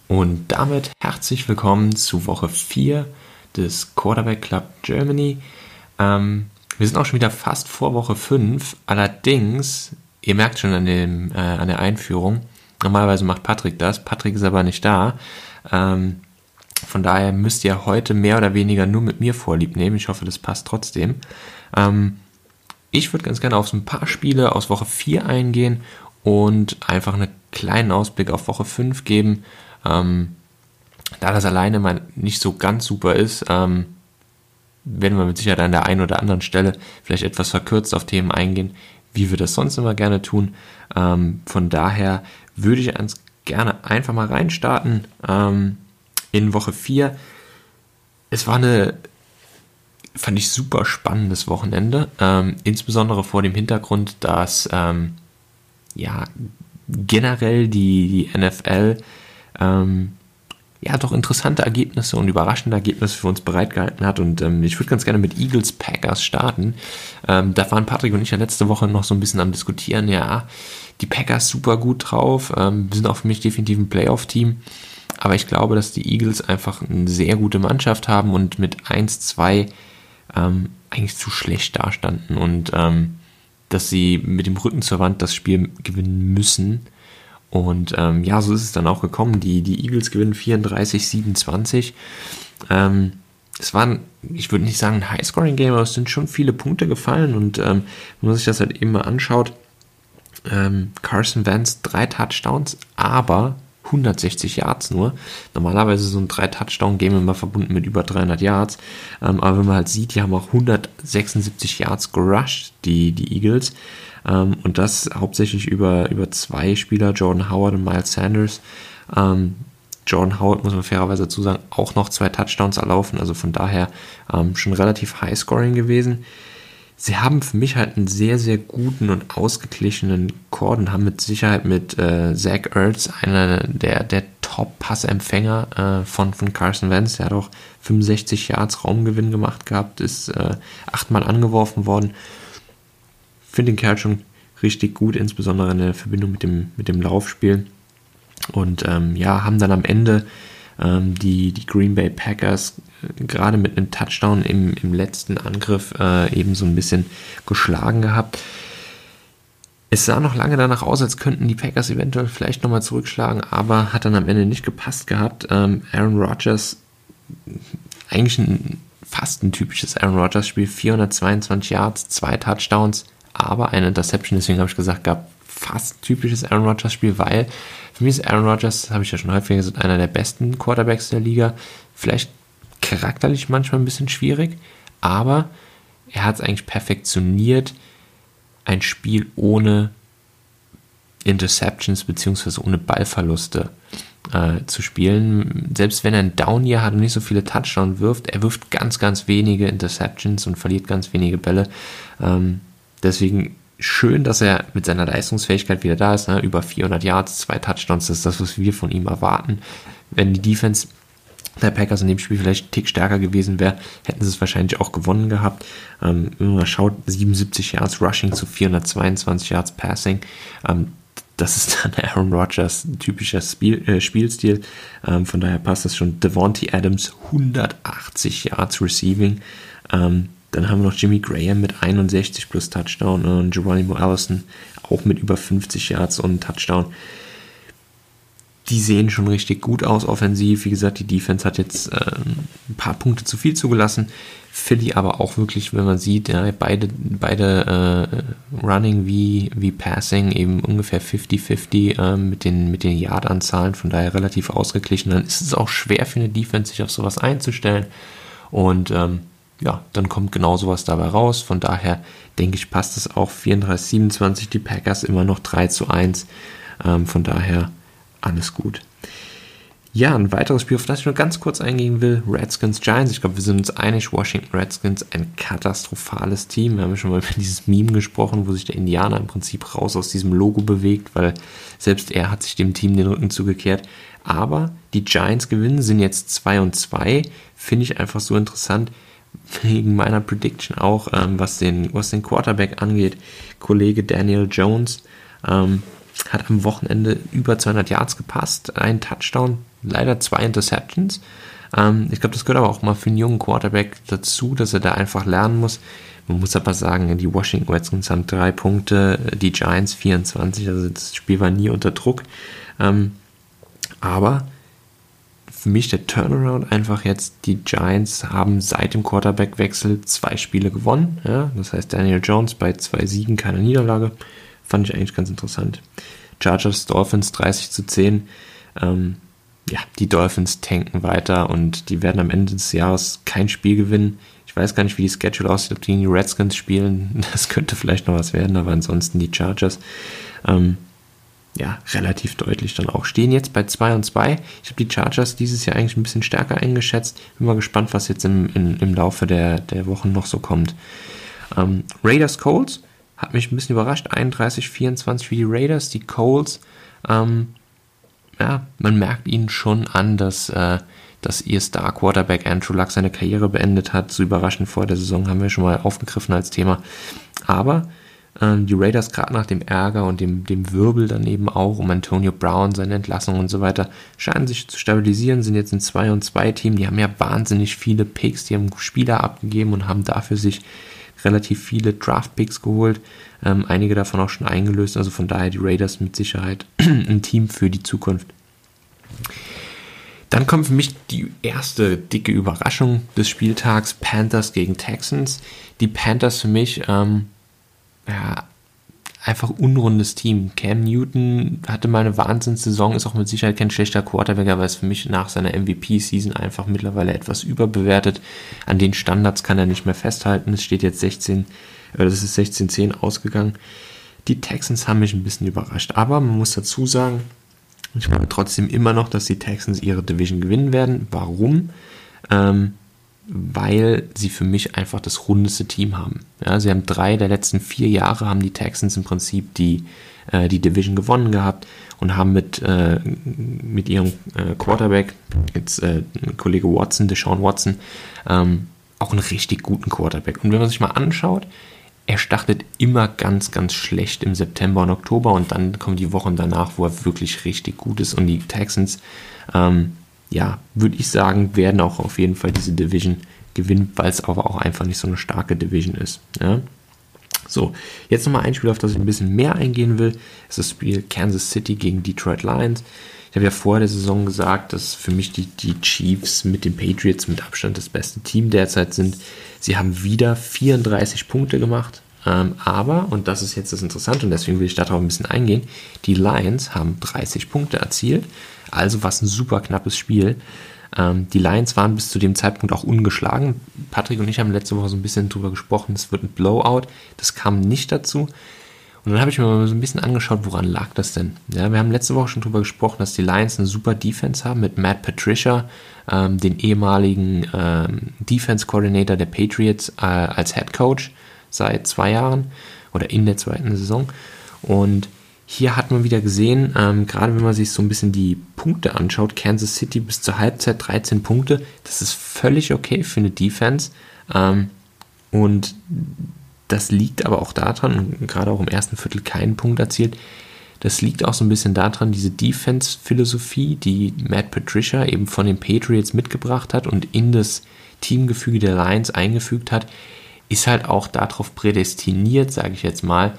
Und damit herzlich willkommen zu Woche 4 des Quarterback Club Germany. Wir sind auch schon wieder fast vor Woche 5. Allerdings, ihr merkt schon an der Einführung, normalerweise macht Patrick das. Patrick ist aber nicht da. Von daher müsst ihr heute mehr oder weniger nur mit mir Vorlieb nehmen. Ich hoffe, das passt trotzdem. Ich würde ganz gerne auf so ein paar Spiele aus Woche 4 eingehen und einfach einen kleinen Ausblick auf Woche 5 geben. Da das alleine mal nicht so ganz super ist, werden wir mit Sicherheit an der einen oder anderen Stelle vielleicht etwas verkürzt auf Themen eingehen, wie wir das sonst immer gerne tun. Von daher würde ich ganz gerne einfach mal reinstarten in Woche 4. Es war fand ich super spannendes Wochenende, insbesondere vor dem Hintergrund, dass generell die NFL doch interessante Ergebnisse und überraschende Ergebnisse für uns bereitgehalten hat. Und ich würde ganz gerne mit Eagles-Packers starten. Da waren Patrick und ich ja letzte Woche noch so ein bisschen am Diskutieren. Ja, die Packers super gut drauf, sind auch für mich definitiv ein Playoff-Team. Aber ich glaube, dass die Eagles einfach eine sehr gute Mannschaft haben und mit 1-2 eigentlich zu schlecht dastanden. Und dass sie mit dem Rücken zur Wand das Spiel gewinnen müssen. Und so ist es dann auch gekommen. Die Eagles gewinnen 34-27. Es war, ich würde nicht sagen ein High-Scoring-Game, aber es sind schon viele Punkte gefallen. Und wenn man sich das halt eben mal anschaut, Carson Wentz 3 Touchdowns, aber 160 Yards nur. Normalerweise so ein 3-Touchdown-Game immer verbunden mit über 300 Yards. Aber wenn man halt sieht, die haben auch 176 Yards gerusht, die Eagles. Und das hauptsächlich über zwei Spieler, Jordan Howard und Miles Sanders. Jordan Howard, muss man fairerweise dazu sagen, auch noch 2 Touchdowns erlaufen. Also von daher schon relativ High-Scoring gewesen. Sie haben für mich halt einen sehr, sehr guten und ausgeglichenen Chord und haben mit Sicherheit mit Zach Ertz, einer der Top-Passempfänger von Carson Wentz. Der hat auch 65 Yards Raumgewinn gemacht gehabt, ist 8-mal angeworfen worden. Finde den Kerl schon richtig gut, insbesondere in der Verbindung mit dem Laufspiel. Und haben dann am Ende die Green Bay Packers gerade mit einem Touchdown im letzten Angriff eben so ein bisschen geschlagen gehabt. Es sah noch lange danach aus, als könnten die Packers eventuell vielleicht nochmal zurückschlagen, aber hat dann am Ende nicht gepasst gehabt. Aaron Rodgers, eigentlich fast ein typisches Aaron Rodgers Spiel, 422 Yards, 2 Touchdowns, aber eine Interception, deswegen habe ich gesagt, gab fast typisches Aaron Rodgers Spiel, weil für mich ist Aaron Rodgers, habe ich ja schon häufiger gesagt, einer der besten Quarterbacks der Liga. Vielleicht charakterlich manchmal ein bisschen schwierig, aber er hat es eigentlich perfektioniert, ein Spiel ohne Interceptions bzw. ohne Ballverluste zu spielen. Selbst wenn er ein Down-Year hat und nicht so viele Touchdowns wirft, er wirft ganz, ganz wenige Interceptions und verliert ganz wenige Bälle. Deswegen schön, dass er mit seiner Leistungsfähigkeit wieder da ist. Ne? Über 400 Yards, 2 Touchdowns, das ist das, was wir von ihm erwarten. Wenn die Defense der Packers in dem Spiel vielleicht einen Tick stärker gewesen wäre, hätten sie es wahrscheinlich auch gewonnen gehabt. Wenn man schaut, 77 Yards Rushing zu 422 Yards Passing. Das ist dann Aaron Rodgers typischer Spielstil. Von daher passt das schon. Devontae Adams 180 Yards Receiving. Dann haben wir noch Jimmy Graham mit 61 plus Touchdown und Geronimo Allison auch mit über 50 Yards und Touchdown. Die sehen schon richtig gut aus offensiv. Wie gesagt, die Defense hat jetzt ein paar Punkte zu viel zugelassen. Philly aber auch wirklich, wenn man sieht, ja, beide Running wie Passing eben ungefähr 50-50 mit den Yard-Anzahlen. Von daher relativ ausgeglichen. Dann ist es auch schwer für eine Defense, sich auf sowas einzustellen. Und dann kommt genau sowas dabei raus. Von daher denke ich, passt es auch. 34-27, die Packers immer noch 3-1. Von daher alles gut. Ja, ein weiteres Spiel, auf das ich nur ganz kurz eingehen will, Redskins Giants. Ich glaube, wir sind uns einig, Washington Redskins, ein katastrophales Team. Wir haben ja schon mal über dieses Meme gesprochen, wo sich der Indianer im Prinzip raus aus diesem Logo bewegt, weil selbst er hat sich dem Team den Rücken zugekehrt. Aber die Giants gewinnen, sind jetzt 2-2. Finde ich einfach so interessant, wegen meiner Prediction auch, was den Quarterback angeht. Kollege Daniel Jones, hat am Wochenende über 200 Yards gepasst, ein Touchdown, leider 2 Interceptions. Ich glaube, das gehört aber auch mal für einen jungen Quarterback dazu, dass er da einfach lernen muss. Man muss aber sagen, die Washington Redskins haben 3 Punkte, die Giants 24, also das Spiel war nie unter Druck. Aber für mich der Turnaround einfach jetzt, die Giants haben seit dem Quarterback-Wechsel 2 Spiele gewonnen. Ja? Das heißt, Daniel Jones bei 2 Siegen, keine Niederlage. Fand ich eigentlich ganz interessant. Chargers, Dolphins 30-10. Die Dolphins tanken weiter und die werden am Ende des Jahres kein Spiel gewinnen. Ich weiß gar nicht, wie die Schedule aussieht, ob die in die Redskins spielen. Das könnte vielleicht noch was werden, aber ansonsten die Chargers relativ deutlich dann auch. Stehen jetzt bei 2-2. Ich habe die Chargers dieses Jahr eigentlich ein bisschen stärker eingeschätzt. Bin mal gespannt, was jetzt im Laufe der Wochen noch so kommt. Raiders Colts hat mich ein bisschen überrascht. 31-24 für die Raiders. Die Colts, man merkt ihnen schon an, dass ihr Star-Quarterback Andrew Luck seine Karriere beendet hat. So überraschend vor der Saison haben wir schon mal aufgegriffen als Thema. Aber die Raiders, gerade nach dem Ärger und dem Wirbel daneben auch um Antonio Brown, seine Entlassung und so weiter, scheinen sich zu stabilisieren, sind jetzt ein 2-2-Team. Die haben ja wahnsinnig viele Picks, die haben Spieler abgegeben und haben dafür sich relativ viele Draft-Picks geholt. Einige davon auch schon eingelöst. Also von daher die Raiders mit Sicherheit ein Team für die Zukunft. Dann kommt für mich die erste dicke Überraschung des Spieltags, Panthers gegen Texans. Die Panthers für mich einfach unrundes Team. Cam Newton hatte mal eine Wahnsinnssaison, ist auch mit Sicherheit kein schlechter Quarterback, aber ist für mich nach seiner MVP-Season einfach mittlerweile etwas überbewertet. An den Standards kann er nicht mehr festhalten. Es steht jetzt 16-10 ausgegangen. Die Texans haben mich ein bisschen überrascht, aber man muss dazu sagen, ich glaube trotzdem immer noch, dass die Texans ihre Division gewinnen werden. Warum? Weil sie für mich einfach das rundeste Team haben. Ja, sie haben 3 der letzten 4 Jahre haben die Texans im Prinzip die Division gewonnen gehabt und haben mit ihrem Quarterback, jetzt Kollege Watson, Deshaun Watson, auch einen richtig guten Quarterback. Und wenn man sich mal anschaut, er startet immer ganz, ganz schlecht im September und Oktober und dann kommen die Wochen danach, wo er wirklich richtig gut ist und die Texans würde ich sagen, werden auch auf jeden Fall diese Division gewinnen, weil es aber auch einfach nicht so eine starke Division ist. Ja? So, jetzt nochmal ein Spiel, auf das ich ein bisschen mehr eingehen will. Das ist das Spiel Kansas City gegen Detroit Lions. Ich habe ja vor der Saison gesagt, dass für mich die Chiefs mit den Patriots mit Abstand das beste Team derzeit sind. Sie haben wieder 34 Punkte gemacht. Aber, und das ist jetzt das Interessante und deswegen will ich darauf ein bisschen eingehen, die Lions haben 30 Punkte erzielt, also was ein super knappes Spiel. Die Lions waren bis zu dem Zeitpunkt auch ungeschlagen. Patrick und ich haben letzte Woche so ein bisschen drüber gesprochen, es wird ein Blowout, das kam nicht dazu. Und dann habe ich mir mal so ein bisschen angeschaut, woran lag das denn? Ja, wir haben letzte Woche schon drüber gesprochen, dass die Lions eine super Defense haben mit Matt Patricia, den ehemaligen Defense Coordinator der Patriots als Head Coach seit 2 Jahren oder in der 2. Saison. Und hier hat man wieder gesehen, gerade wenn man sich so ein bisschen die Punkte anschaut, Kansas City bis zur Halbzeit 13 Punkte, das ist völlig okay für eine Defense. Und das liegt aber auch daran, gerade auch im ersten Viertel keinen Punkt erzielt, das liegt auch so ein bisschen daran, diese Defense-Philosophie, die Matt Patricia eben von den Patriots mitgebracht hat und in das Teamgefüge der Lions eingefügt hat, ist halt auch darauf prädestiniert, sage ich jetzt mal,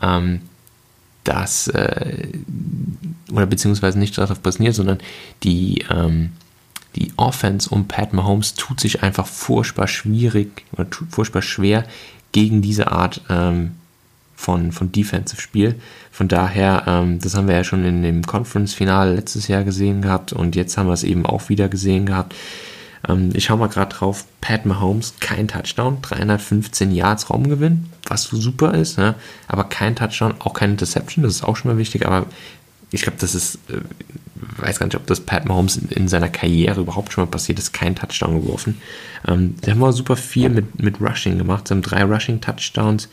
dass, oder beziehungsweise nicht darauf prädestiniert, sondern die Offense um Pat Mahomes tut sich einfach furchtbar schwierig oder furchtbar schwer gegen diese Art von Defensive-Spiel. Von daher, das haben wir ja schon in dem Conference-Finale letztes Jahr gesehen gehabt und jetzt haben wir es eben auch wieder gesehen gehabt. Ich schaue mal gerade drauf, Pat Mahomes, kein Touchdown, 315 Yards Raumgewinn, was so super ist, ne? Aber kein Touchdown, auch keine Interception, das ist auch schon mal wichtig, aber ich glaube, das ist, weiß gar nicht, ob das Pat Mahomes in seiner Karriere überhaupt schon mal passiert ist, kein Touchdown geworfen. Die haben aber super viel mit Rushing gemacht, sie haben 3 Rushing-Touchdowns,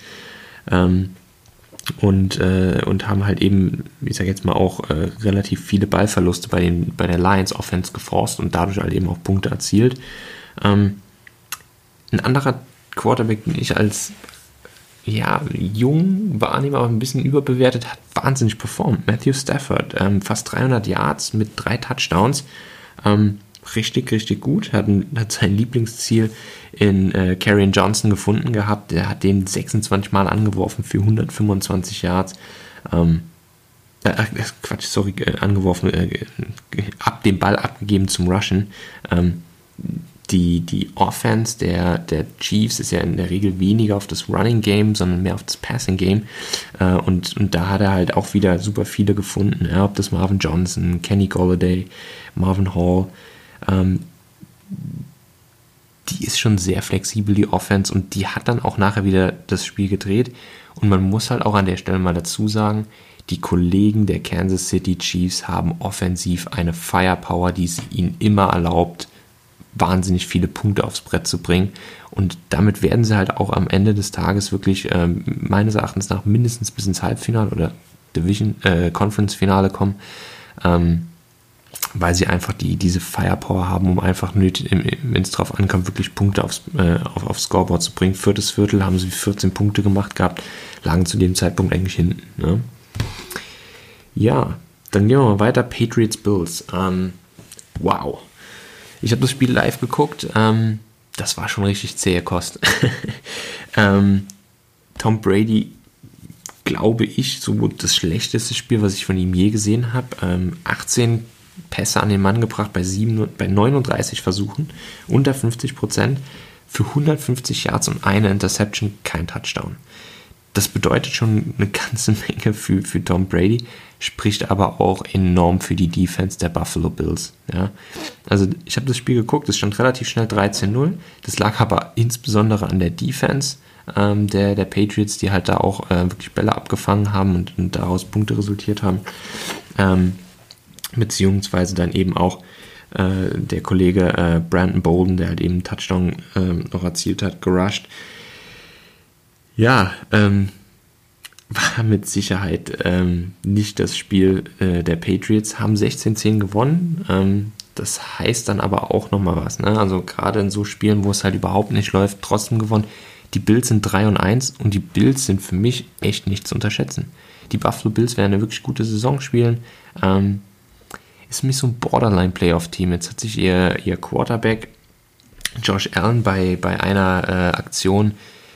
und haben halt eben, ich sage jetzt mal auch, relativ viele Ballverluste bei der Lions Offense geforst und dadurch halt eben auch Punkte erzielt. Ein anderer Quarterback, den ich als ja, jung wahrnehmbar, aber ein bisschen überbewertet, hat wahnsinnig performt. Matthew Stafford, fast 300 Yards mit 3 Touchdowns. Richtig, richtig gut. Hat sein Lieblingsziel in Kerryon Johnson gefunden gehabt. Der hat den 26 Mal angeworfen für 125 Yards. Angeworfen, ab dem Ball abgegeben zum Rushen. Die Offense der Chiefs ist ja in der Regel weniger auf das Running Game, sondern mehr auf das Passing Game. Und da hat er halt auch wieder super viele gefunden. Ja, ob das Marvin Johnson, Kenny Golladay, Marvin Hall. Die ist schon sehr flexibel, die Offense. Und die hat dann auch nachher wieder das Spiel gedreht. Und man muss halt auch an der Stelle mal dazu sagen, die Kollegen der Kansas City Chiefs haben offensiv eine Firepower, die es ihnen immer erlaubt, wahnsinnig viele Punkte aufs Brett zu bringen. Und damit werden sie halt auch am Ende des Tages wirklich meines Erachtens nach mindestens bis ins Halbfinale oder Conference-Finale kommen, weil sie einfach diese Firepower haben, um einfach, wenn es drauf ankommt, wirklich Punkte aufs Scoreboard zu bringen. Viertes Viertel haben sie 14 Punkte gemacht gehabt, lagen zu dem Zeitpunkt eigentlich hinten. Ne? Ja, dann gehen wir mal weiter. Patriots Bills. Wow. Ich habe das Spiel live geguckt. Das war schon richtig zähe Kost. Tom Brady, glaube ich, so das schlechteste Spiel, was ich von ihm je gesehen habe. 18 Pässe an den Mann gebracht bei 39 Versuchen, unter 50%, für 150 Yards und eine Interception, kein Touchdown. Das bedeutet schon eine ganze Menge für Tom Brady, spricht aber auch enorm für die Defense der Buffalo Bills. Ja. Also ich habe das Spiel geguckt, es stand relativ schnell 13-0. Das lag aber insbesondere an der Defense der Patriots, die halt da auch wirklich Bälle abgefangen haben und daraus Punkte resultiert haben. Beziehungsweise dann eben auch der Kollege Brandon Bolden, der halt eben einen Touchdown noch erzielt hat, gerusht. Ja, war mit Sicherheit nicht das Spiel der Patriots, haben 16-10 gewonnen. Das heißt dann aber auch nochmal was. Ne? Also gerade in so Spielen, wo es halt überhaupt nicht läuft, trotzdem gewonnen. Die Bills sind 3-1 und die Bills sind für mich echt nicht zu unterschätzen. Die Buffalo Bills werden eine wirklich gute Saison spielen. Ist für mich so ein Borderline-Playoff-Team. Jetzt hat sich ihr Quarterback Josh Allen bei einer Aktion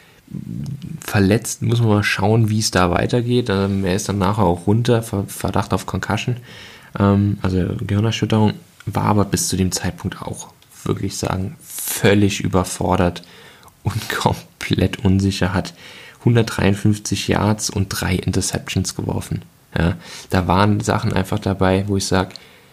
verletzt, muss man mal schauen, wie es da weitergeht. Er ist dann nachher auch runter, Verdacht auf Concussion, also Gehirnerschütterung, war aber bis zu dem Zeitpunkt auch, wirklich sagen, völlig überfordert und komplett unsicher, hat 153 Yards und 3 Interceptions geworfen. Ja, da waren Sachen einfach dabei, wo ich sage,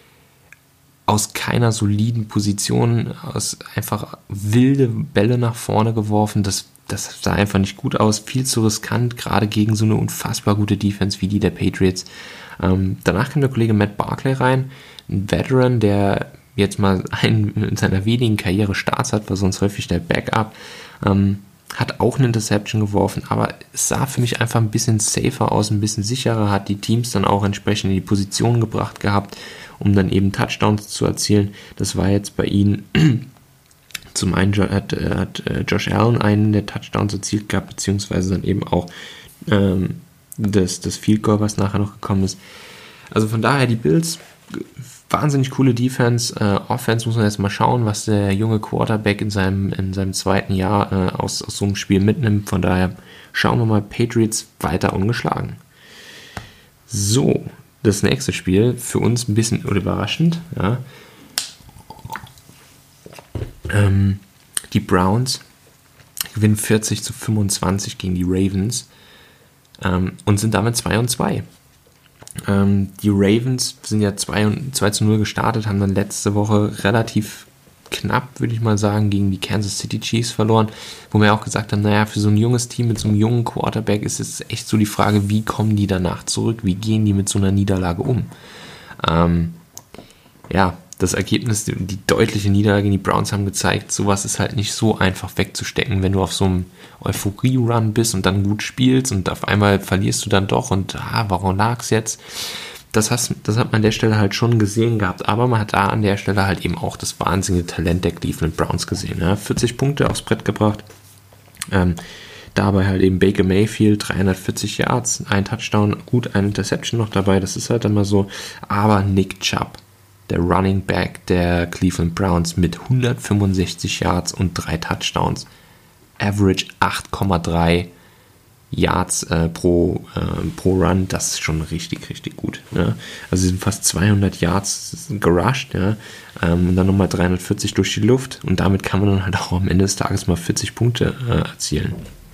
aus keiner soliden Position, aus einfach wilde Bälle nach vorne geworfen, das sah einfach nicht gut aus, viel zu riskant, gerade gegen so eine unfassbar gute Defense wie die der Patriots. Danach kam der Kollege Matt Barkley rein, ein Veteran, der jetzt mal in seiner wenigen Karriere Starts hat, war sonst häufig der Backup, hat auch eine Interception geworfen, aber es sah für mich einfach ein bisschen safer aus, ein bisschen sicherer, hat die Teams dann auch entsprechend in die Position gebracht gehabt, um dann eben Touchdowns zu erzielen. Das war jetzt bei ihnen, zum einen hat Josh Allen einen der Touchdowns erzielt gehabt, beziehungsweise dann eben auch das Field Goal, was nachher noch gekommen ist. Also von daher die Bills, wahnsinnig coole Defense. Offense muss man jetzt mal schauen, was der junge Quarterback in seinem zweiten Jahr aus so einem Spiel mitnimmt. Von daher schauen wir mal, Patriots weiter ungeschlagen. So, das nächste Spiel, für uns ein bisschen überraschend. Ja. Die Browns gewinnen 40-25 gegen die Ravens und sind damit 2-2. Die Ravens sind ja 2-0 gestartet, haben dann letzte Woche relativ knapp, würde ich mal sagen, gegen die Kansas City Chiefs verloren, wo wir auch gesagt haben, naja, für so ein junges Team mit so einem jungen Quarterback ist es echt so die Frage, wie kommen die danach zurück, wie gehen die mit so einer Niederlage um? Ja, das Ergebnis, die deutliche Niederlage gegen die Browns haben gezeigt, sowas ist halt nicht so einfach wegzustecken, wenn du auf so einem Euphorie-Run bist und dann gut spielst und auf einmal verlierst du dann doch und warum lag's jetzt? Das hat man an der Stelle halt schon gesehen gehabt, aber man hat da an der Stelle halt eben auch das wahnsinnige Talent der Cleveland Browns gesehen. Ja? 40 Punkte aufs Brett gebracht. dabei halt eben Baker Mayfield, 340 Yards, ein Touchdown, gut, ein Interception noch dabei, das ist halt immer so. Aber Nick Chubb, der Running Back der Cleveland Browns mit 165 Yards und 3 Touchdowns, Average 8,3 Yards pro Run, das ist schon richtig, richtig gut. Ja? Also sie sind fast 200 Yards gerusht, ja? Und dann nochmal 340 durch die Luft und damit kann man dann halt auch am Ende des Tages mal 40 Punkte erzielen.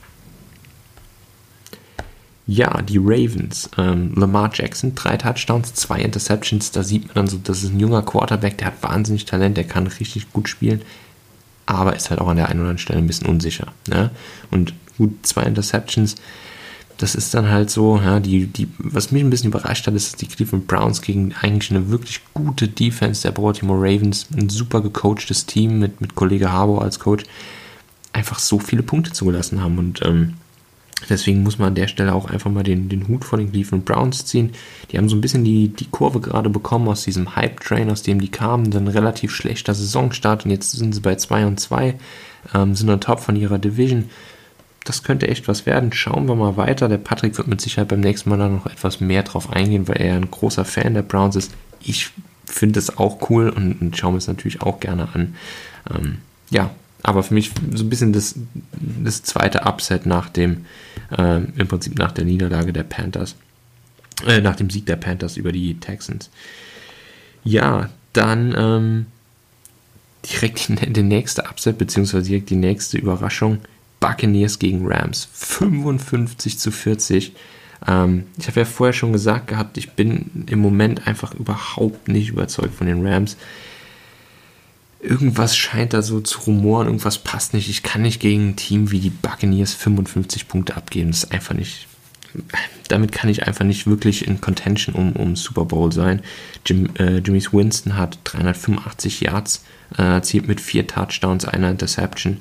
Ja, die Ravens, Lamar Jackson, 3 Touchdowns, 2 Interceptions, da sieht man dann so, das ist ein junger Quarterback, der hat wahnsinnig Talent, der kann richtig gut spielen, aber ist halt auch an der einen oder anderen Stelle ein bisschen unsicher. Ja? Und gut, 2 Interceptions, das ist dann halt so, ja, was mich ein bisschen überrascht hat, ist, dass die Cleveland Browns gegen eigentlich eine wirklich gute Defense der Baltimore Ravens, ein super gecoachtes Team mit Kollege Harbaugh als Coach, einfach so viele Punkte zugelassen haben und deswegen muss man an der Stelle auch einfach mal den Hut vor den Cleveland Browns ziehen. Die haben so ein bisschen die Kurve gerade bekommen aus diesem Hype-Train, aus dem die kamen, dann relativ schlechter Saisonstart und jetzt sind sie bei 2-2, sind on top von ihrer Division. Das könnte echt was werden. Schauen wir mal weiter. Der Patrick wird mit Sicherheit beim nächsten Mal da noch etwas mehr drauf eingehen, weil er ein großer Fan der Browns ist. Ich finde es auch cool und schaue mir es natürlich auch gerne an. Ja, aber für mich so ein bisschen das zweite Upset im Prinzip nach der Niederlage der Panthers, nach dem Sieg der Panthers über die Texans. Ja, dann direkt der nächste Upset, beziehungsweise direkt die nächste Überraschung. Buccaneers gegen Rams, 55-40. Ich habe ja vorher schon gesagt gehabt, ich bin im Moment einfach überhaupt nicht überzeugt von den Rams. Irgendwas scheint da so zu rumoren, irgendwas passt nicht. Ich kann nicht gegen ein Team wie die Buccaneers 55 Punkte abgeben. Das ist einfach nicht. Damit kann ich einfach nicht wirklich in Contention um Super Bowl sein. Jameis Winston hat 385 Yards erzielt mit 4 Touchdowns, einer Interception.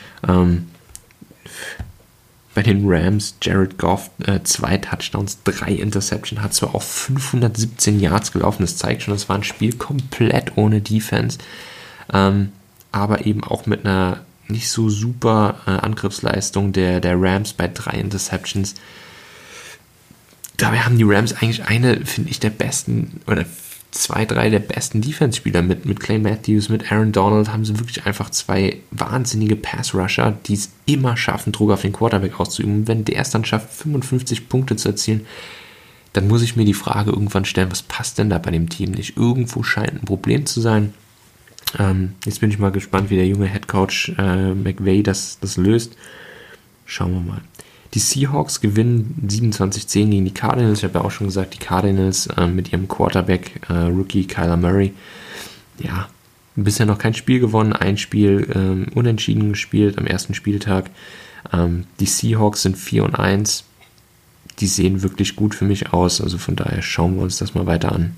Bei den Rams, Jared Goff, 2 Touchdowns, 3 Interception, hat zwar auch 517 Yards gelaufen, das zeigt schon, das war ein Spiel komplett ohne Defense, aber eben auch mit einer nicht so super Angriffsleistung der Rams bei 3 Interceptions. Dabei haben die Rams eigentlich eine, finde ich, der besten, oder 2, 3 der besten Defense-Spieler mit Clay Matthews, mit Aaron Donald, haben sie wirklich einfach 2 wahnsinnige Pass-Rusher, die es immer schaffen, Druck auf den Quarterback auszuüben. Und wenn der es dann schafft, 55 Punkte zu erzielen, dann muss ich mir die Frage irgendwann stellen, was passt denn da bei dem Team nicht? Irgendwo scheint ein Problem zu sein. Jetzt bin ich mal gespannt, wie der junge Headcoach McVay das löst. Schauen wir mal. Die Seahawks gewinnen 27-10 gegen die Cardinals. Ich habe ja auch schon gesagt, die Cardinals mit ihrem Quarterback, Rookie Kyler Murray, ja, bisher noch kein Spiel gewonnen, ein Spiel unentschieden gespielt am ersten Spieltag. Die Seahawks sind 4-1. Die sehen wirklich gut für mich aus, also von daher schauen wir uns das mal weiter an.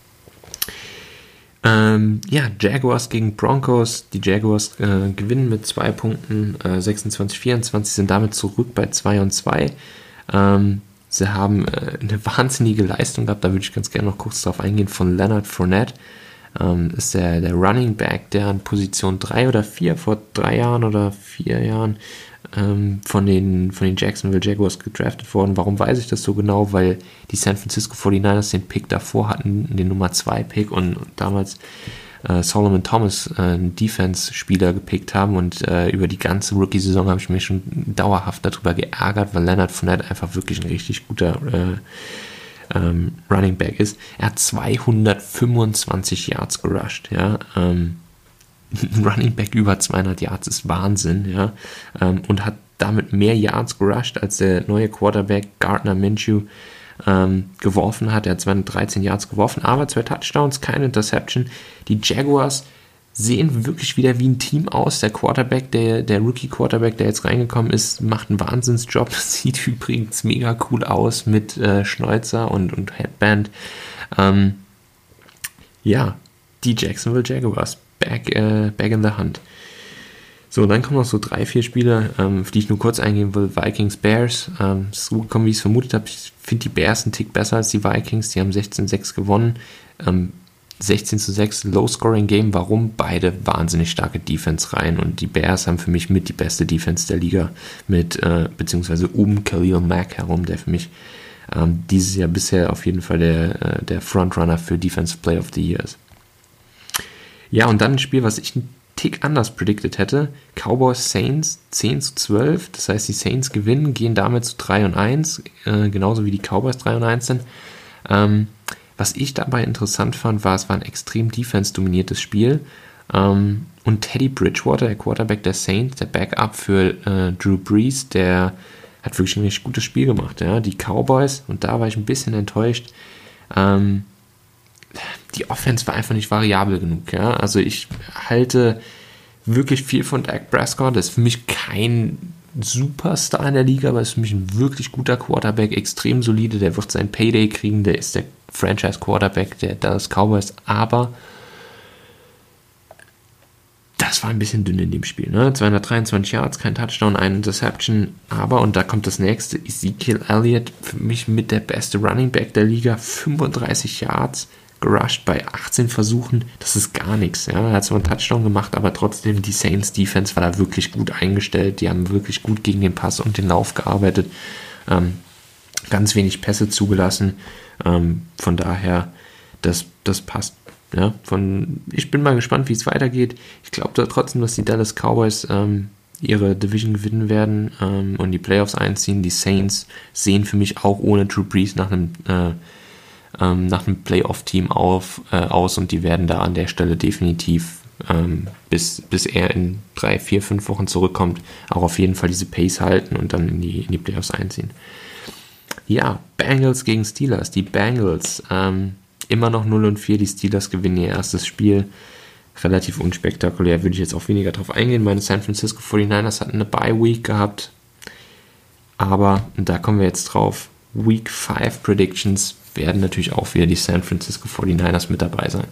Jaguars gegen Broncos. Die Jaguars gewinnen mit 2 Punkten, 26-24, sind damit zurück bei 2-2. Sie haben eine wahnsinnige Leistung gehabt, da würde ich ganz gerne noch kurz drauf eingehen, von Leonard Fournette. Ist der Running Back, der an Position 3 oder 4 vor 3 Jahren oder 4 Jahren von den Jacksonville Jaguars gedraftet worden. Warum weiß ich das so genau? Weil die San Francisco 49ers den Pick davor hatten, den Nummer 2 Pick, und damals Solomon Thomas, einen Defense-Spieler, gepickt haben, und über die ganze Rookie-Saison habe ich mich schon dauerhaft darüber geärgert, weil Leonard Fournette einfach wirklich ein richtig guter Running Back ist. Er hat 225 Yards gerusht, ja, ein Running Back über 200 Yards ist Wahnsinn, ja, und hat damit mehr Yards gerusht, als der neue Quarterback Gardner Minshew geworfen hat. Er hat 213 Yards geworfen, aber 2 Touchdowns, keine Interception. Die Jaguars sehen wirklich wieder wie ein Team aus. Der Quarterback, der Rookie-Quarterback, der jetzt reingekommen ist, macht einen Wahnsinnsjob. Sieht übrigens mega cool aus mit Schnäuzer und Headband. Die Jacksonville Jaguars, back in the hunt. So, dann kommen noch so 3, 4 Spiele, auf die ich nur kurz eingehen will. Vikings, Bears, ist so gekommen, wie ich es vermutet habe. Ich finde die Bears einen Tick besser als die Vikings. Die haben 16-6 gewonnen. 16:6 Low-Scoring-Game. Warum? Beide wahnsinnig starke Defense-Reihen und die Bears haben für mich mit die beste Defense der Liga mit, beziehungsweise Khalil Mack herum, der für mich dieses Jahr bisher auf jeden Fall der Frontrunner für Defensive Player of the Year ist. Ja, und dann ein Spiel, was ich einen Tick anders predicted hätte. Cowboys Saints 10:12. Das heißt, die Saints gewinnen, gehen damit zu 3-1, genauso wie die Cowboys 3-1 sind. Was ich dabei interessant fand, es war ein extrem defense-dominiertes Spiel. Und Teddy Bridgewater, der Quarterback der Saints, der Backup für Drew Brees, der hat wirklich ein richtig gutes Spiel gemacht. Ja? Die Cowboys, und da war ich ein bisschen enttäuscht, die Offense war einfach nicht variabel genug. Ja? Also ich halte wirklich viel von Dak Prescott. Das ist für mich kein Superstar in der Liga, aber ist für mich ein wirklich guter Quarterback, extrem solide. Der wird seinen Payday kriegen. Der ist der Franchise-Quarterback der Dallas Cowboys. Aber das war ein bisschen dünn in dem Spiel. Ne? 223 Yards, kein Touchdown, eine Interception. Aber, und da kommt das nächste, Ezekiel Elliott, für mich mit der beste Running Back der Liga, 35 Yards, gerusht bei 18 Versuchen, das ist gar nichts. Ja? Er hat zwar einen Touchdown gemacht, aber trotzdem, die Saints Defense war da wirklich gut eingestellt. Die haben wirklich gut gegen den Pass und den Lauf gearbeitet. Ganz wenig Pässe zugelassen. Von daher, das passt. Ja? Ich bin mal gespannt, wie es weitergeht. Ich glaube da trotzdem, dass die Dallas Cowboys ihre Division gewinnen werden und die Playoffs einziehen. Die Saints sehen für mich auch ohne Drew Brees nach einem Playoff-Team aus und die werden da an der Stelle definitiv, bis er in 3, 4, 5 Wochen zurückkommt, auch auf jeden Fall diese Pace halten und dann in die Playoffs einziehen. Ja, Bengals gegen Steelers. Die Bengals immer noch 0-4, die Steelers gewinnen ihr erstes Spiel. Relativ unspektakulär, würde ich jetzt auch weniger drauf eingehen. Meine San Francisco 49ers hatten eine Bye-Week gehabt, aber, und da kommen wir jetzt drauf, Week 5 Predictions werden natürlich auch wieder die San Francisco 49ers mit dabei sein.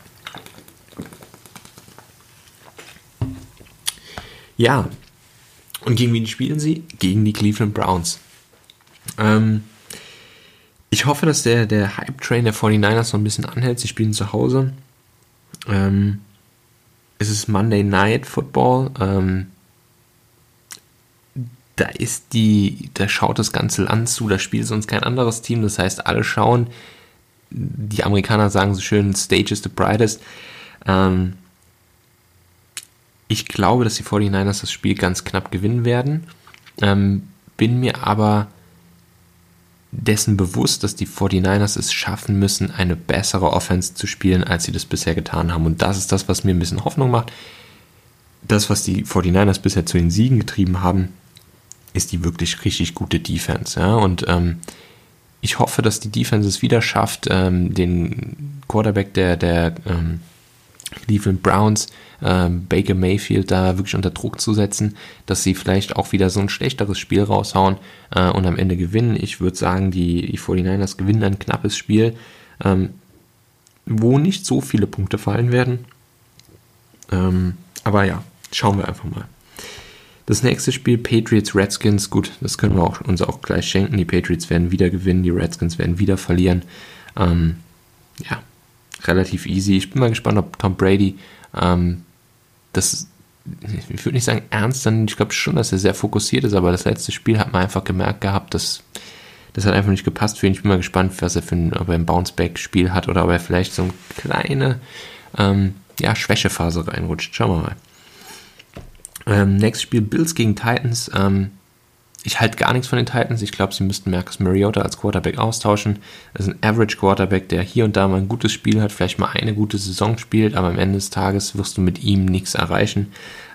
Ja, und gegen wen spielen sie? Gegen die Cleveland Browns. Ich hoffe, dass der Hype-Train der 49ers noch ein bisschen anhält. Sie spielen zu Hause. Es ist Monday Night Football. Da schaut das ganze Land zu, da spielt sonst kein anderes Team, das heißt, alle schauen. Die Amerikaner sagen so schön, Stage is the brightest. Ich glaube, dass die 49ers das Spiel ganz knapp gewinnen werden, bin mir aber dessen bewusst, dass die 49ers es schaffen müssen, eine bessere Offense zu spielen, als sie das bisher getan haben. Und das ist das, was mir ein bisschen Hoffnung macht. Das, was die 49ers bisher zu den Siegen getrieben haben, ist die wirklich richtig gute Defense. Ja? Und ich hoffe, dass die Defense es wieder schafft, den Quarterback der Cleveland Browns, Baker Mayfield, da wirklich unter Druck zu setzen, dass sie vielleicht auch wieder so ein schlechteres Spiel raushauen und am Ende gewinnen. Ich würde sagen, die 49ers gewinnen ein knappes Spiel, wo nicht so viele Punkte fallen werden. Aber ja, schauen wir einfach mal. Das nächste Spiel, Patriots-Redskins, gut, das können wir uns auch gleich schenken. Die Patriots werden wieder gewinnen, die Redskins werden wieder verlieren. Ja, relativ easy. Ich bin mal gespannt, ob Tom Brady ich würde nicht sagen ernst, denn ich glaube schon, dass er sehr fokussiert ist, aber das letzte Spiel hat man einfach gemerkt gehabt, dass das hat einfach nicht gepasst für ihn. Ich bin mal gespannt, ob er ein Bounce-Back-Spiel hat oder ob er vielleicht so eine kleine Schwächephase reinrutscht. Schauen wir mal. Nächstes Spiel, Bills gegen Titans. Ich halte gar nichts von den Titans. Ich glaube, sie müssten Marcus Mariota als Quarterback austauschen. Das ist ein Average Quarterback, der hier und da mal ein gutes Spiel hat, vielleicht mal eine gute Saison spielt, aber am Ende des Tages wirst du mit ihm nichts erreichen.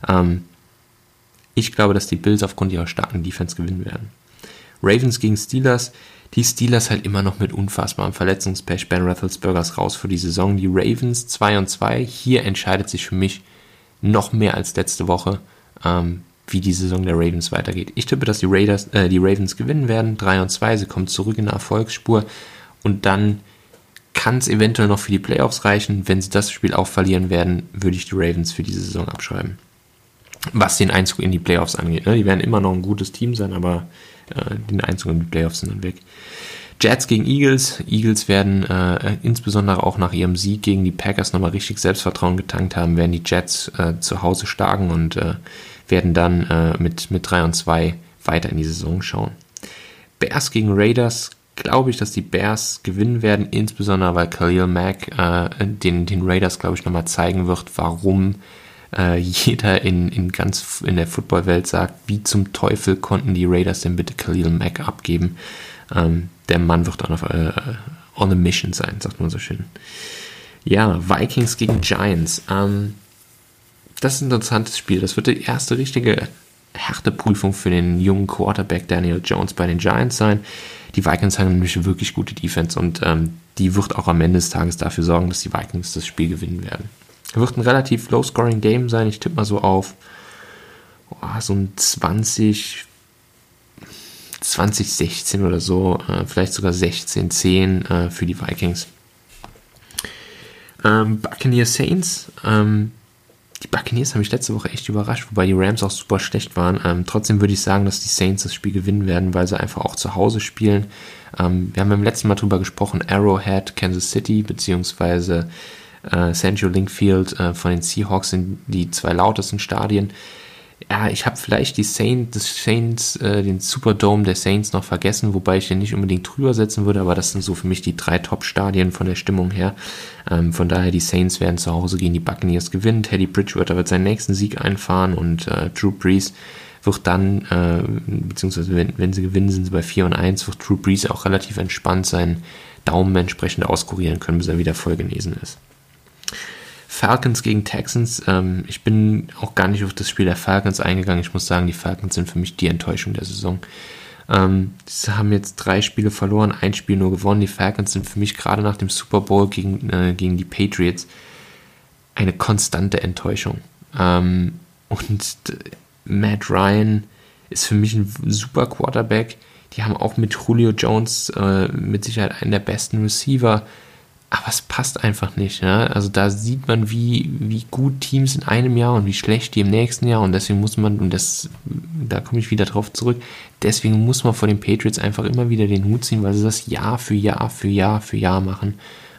Ich glaube, dass die Bills aufgrund ihrer starken Defense gewinnen werden. Ravens gegen Steelers. Die Steelers halt immer noch mit unfassbarem Verletzungspech. Ben Roethlisberger ist raus für die Saison. Die Ravens 2-2. Hier entscheidet sich für mich noch mehr als letzte Woche, wie die Saison der Ravens weitergeht. Ich tippe, dass die Ravens gewinnen werden, 3-2, sie kommen zurück in eine Erfolgsspur und dann kann es eventuell noch für die Playoffs reichen. Wenn sie das Spiel auch verlieren werden, würde ich die Ravens für diese Saison abschreiben. Was den Einzug in die Playoffs angeht. Ne? Die werden immer noch ein gutes Team sein, aber den Einzug in die Playoffs sind dann weg. Jets gegen Eagles. Eagles werden insbesondere auch nach ihrem Sieg gegen die Packers nochmal richtig Selbstvertrauen getankt haben, werden die Jets zu Hause schlagen und werden dann mit 3-2 weiter in die Saison schauen. Bears gegen Raiders. Glaube ich, dass die Bears gewinnen werden, insbesondere weil Khalil Mack den Raiders, glaube ich, nochmal zeigen wird, warum jeder in der Footballwelt sagt, wie zum Teufel konnten die Raiders denn bitte Khalil Mack abgeben. Der Mann wird auch noch on a mission sein, sagt man so schön. Ja, Vikings gegen Giants. Das ist ein interessantes Spiel. Das wird die erste richtige Härteprüfung für den jungen Quarterback Daniel Jones bei den Giants sein. Die Vikings haben nämlich wirklich gute Defense und die wird auch am Ende des Tages dafür sorgen, dass die Vikings das Spiel gewinnen werden. Wird ein relativ low-scoring-Game sein. Ich tippe mal so auf so ein 2016 oder so, vielleicht sogar 16-10 für die Vikings. Buccaneers Saints. Die Buccaneers haben mich letzte Woche echt überrascht, wobei die Rams auch super schlecht waren. Trotzdem würde ich sagen, dass die Saints das Spiel gewinnen werden, weil sie einfach auch zu Hause spielen. Wir haben beim letzten Mal drüber gesprochen, Arrowhead, Kansas City, beziehungsweise Central Link Field von den Seahawks sind die zwei lautesten Stadien. Ja, ich habe vielleicht den Superdome der Saints noch vergessen, wobei ich den nicht unbedingt drüber setzen würde, aber das sind so für mich die 3 Top-Stadien von der Stimmung her. Von daher, die Saints werden zu Hause gegen die Buccaneers gewinnen. Teddy Bridgewater wird seinen nächsten Sieg einfahren und Drew Brees wird dann, beziehungsweise wenn sie gewinnen, sind sie bei 4-1, wird Drew Brees auch relativ entspannt seinen Daumen entsprechend auskurieren können, bis er wieder voll genesen ist. Falcons gegen Texans. Ich bin auch gar nicht auf das Spiel der Falcons eingegangen. Ich muss sagen, die Falcons sind für mich die Enttäuschung der Saison. Sie haben jetzt 3 Spiele verloren, 1 Spiel nur gewonnen. Die Falcons sind für mich gerade nach dem Super Bowl gegen die Patriots eine konstante Enttäuschung. Und Matt Ryan ist für mich ein super Quarterback. Die haben auch mit Julio Jones mit Sicherheit einen der besten Receiver. Aber es passt einfach nicht. Ne? Also da sieht man, wie gut Teams in einem Jahr und wie schlecht die im nächsten Jahr. Und deswegen muss man, da komme ich wieder drauf zurück, deswegen muss man vor den Patriots einfach immer wieder den Hut ziehen, weil sie das Jahr für Jahr für Jahr für Jahr machen.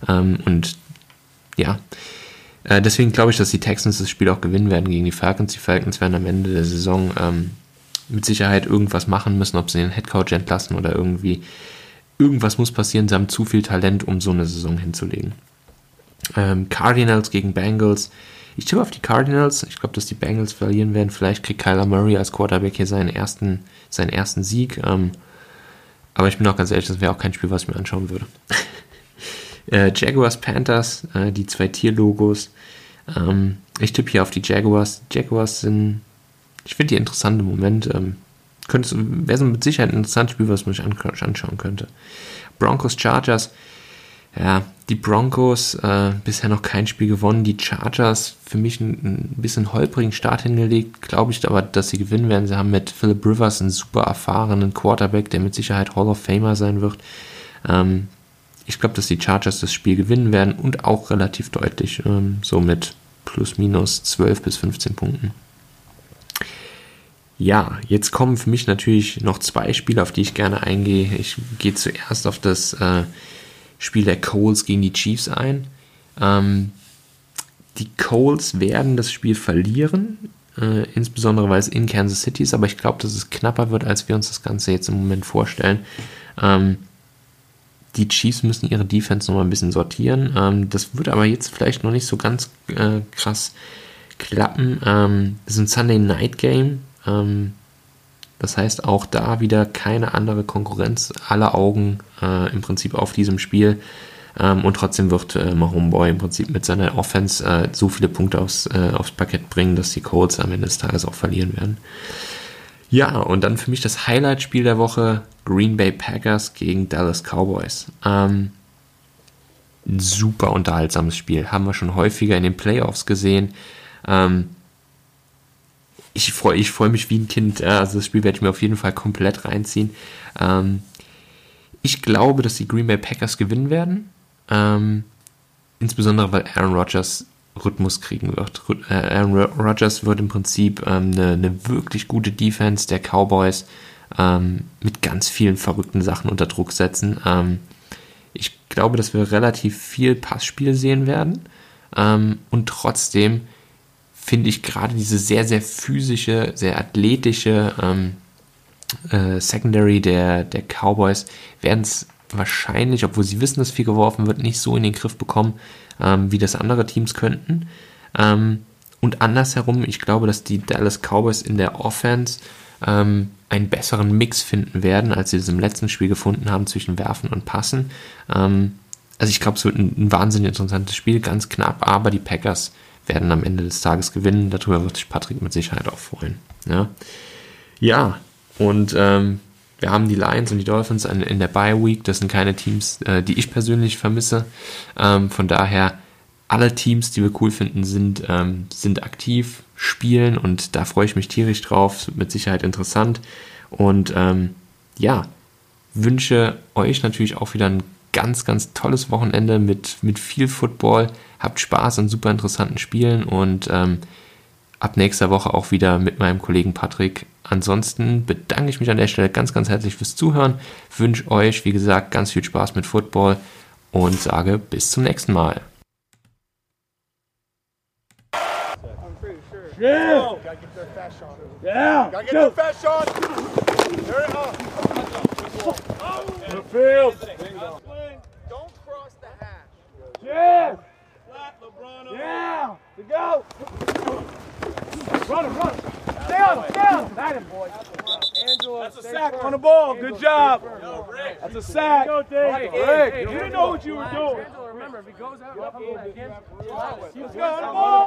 Deswegen glaube ich, dass die Texans das Spiel auch gewinnen werden gegen die Falcons. Die Falcons werden am Ende der Saison mit Sicherheit irgendwas machen müssen, ob sie den Headcoach entlassen oder irgendwas muss passieren, sie haben zu viel Talent, um so eine Saison hinzulegen. Cardinals gegen Bengals. Ich tippe auf die Cardinals. Ich glaube, dass die Bengals verlieren werden. Vielleicht kriegt Kyler Murray als Quarterback hier seinen ersten Sieg. Aber ich bin auch ganz ehrlich, das wäre auch kein Spiel, was ich mir anschauen würde. Jaguars, Panthers, die 2 Tierlogos. Ich tippe hier auf die Jaguars. Jaguars sind, ich finde die interessant im Moment. Wäre so mit Sicherheit ein interessantes Spiel, was man sich anschauen könnte. Broncos, Chargers. Ja, die Broncos bisher noch kein Spiel gewonnen. Die Chargers für mich ein bisschen holprigen Start hingelegt. Glaube ich aber, dass sie gewinnen werden. Sie haben mit Philip Rivers einen super erfahrenen Quarterback, der mit Sicherheit Hall of Famer sein wird. Ich glaube, dass die Chargers das Spiel gewinnen werden und auch relativ deutlich. So mit plus minus 12 bis 15 Punkten. Ja, jetzt kommen für mich natürlich noch 2 Spiele, auf die ich gerne eingehe. Ich gehe zuerst auf das Spiel der Colts gegen die Chiefs ein. Die Colts werden das Spiel verlieren, insbesondere weil es in Kansas City ist, aber ich glaube, dass es knapper wird, als wir uns das Ganze jetzt im Moment vorstellen. Die Chiefs müssen ihre Defense nochmal ein bisschen sortieren. Das wird aber jetzt vielleicht noch nicht so ganz krass klappen. Das ist ein Sunday Night Game. Das heißt auch da wieder keine andere Konkurrenz, alle Augen im Prinzip auf diesem Spiel und trotzdem wird Mahomeboy im Prinzip mit seiner Offense so viele Punkte aufs Parkett bringen, dass die Colts am Ende des Tages auch verlieren werden. Ja, und dann für mich das Highlight-Spiel der Woche, Green Bay Packers gegen Dallas Cowboys. Super unterhaltsames Spiel, haben wir schon häufiger in den Playoffs gesehen. Ich freu mich wie ein Kind, also das Spiel werde ich mir auf jeden Fall komplett reinziehen. Ich glaube, dass die Green Bay Packers gewinnen werden, insbesondere weil Aaron Rodgers Rhythmus kriegen wird. Aaron Rodgers wird im Prinzip eine wirklich gute Defense der Cowboys mit ganz vielen verrückten Sachen unter Druck setzen. Ich glaube, dass wir relativ viel Passspiel sehen werden. Und trotzdem finde ich gerade diese sehr, sehr physische, sehr athletische Secondary der Cowboys werden es wahrscheinlich, obwohl sie wissen, dass viel geworfen wird, nicht so in den Griff bekommen, wie das andere Teams könnten. Und andersherum, ich glaube, dass die Dallas Cowboys in der Offense einen besseren Mix finden werden, als sie es im letzten Spiel gefunden haben zwischen Werfen und Passen. Also ich glaube, es wird ein wahnsinnig interessantes Spiel, ganz knapp, aber die Packers werden am Ende des Tages gewinnen. Darüber wird sich Patrick mit Sicherheit auch freuen. Ja, und wir haben die Lions und die Dolphins in der Bye Week. Das sind keine Teams, die ich persönlich vermisse. Von daher, alle Teams, die wir cool finden, sind aktiv, spielen und da freue ich mich tierisch drauf. Es wird mit Sicherheit interessant. Und wünsche euch natürlich auch wieder ein ganz, ganz tolles Wochenende mit viel Football. Habt Spaß an super interessanten Spielen und ab nächster Woche auch wieder mit meinem Kollegen Patrick. Ansonsten bedanke ich mich an der Stelle ganz, ganz herzlich fürs Zuhören. Wünsche euch, wie gesagt, ganz viel Spaß mit Football und sage bis zum nächsten Mal. Yeah! Gotta get their fast shot. Yeah! Gotta get their fast shot! There it is! The field! Don't cross the hash. Yeah! Yeah! To go! Run him, run him! Stay on him, stay on him! That him, boys. Angela, that's a sack on the ball. Good job. That's a sack. Rick, you didn't know what you were doing. Remember, if he goes out, let's go on the ball.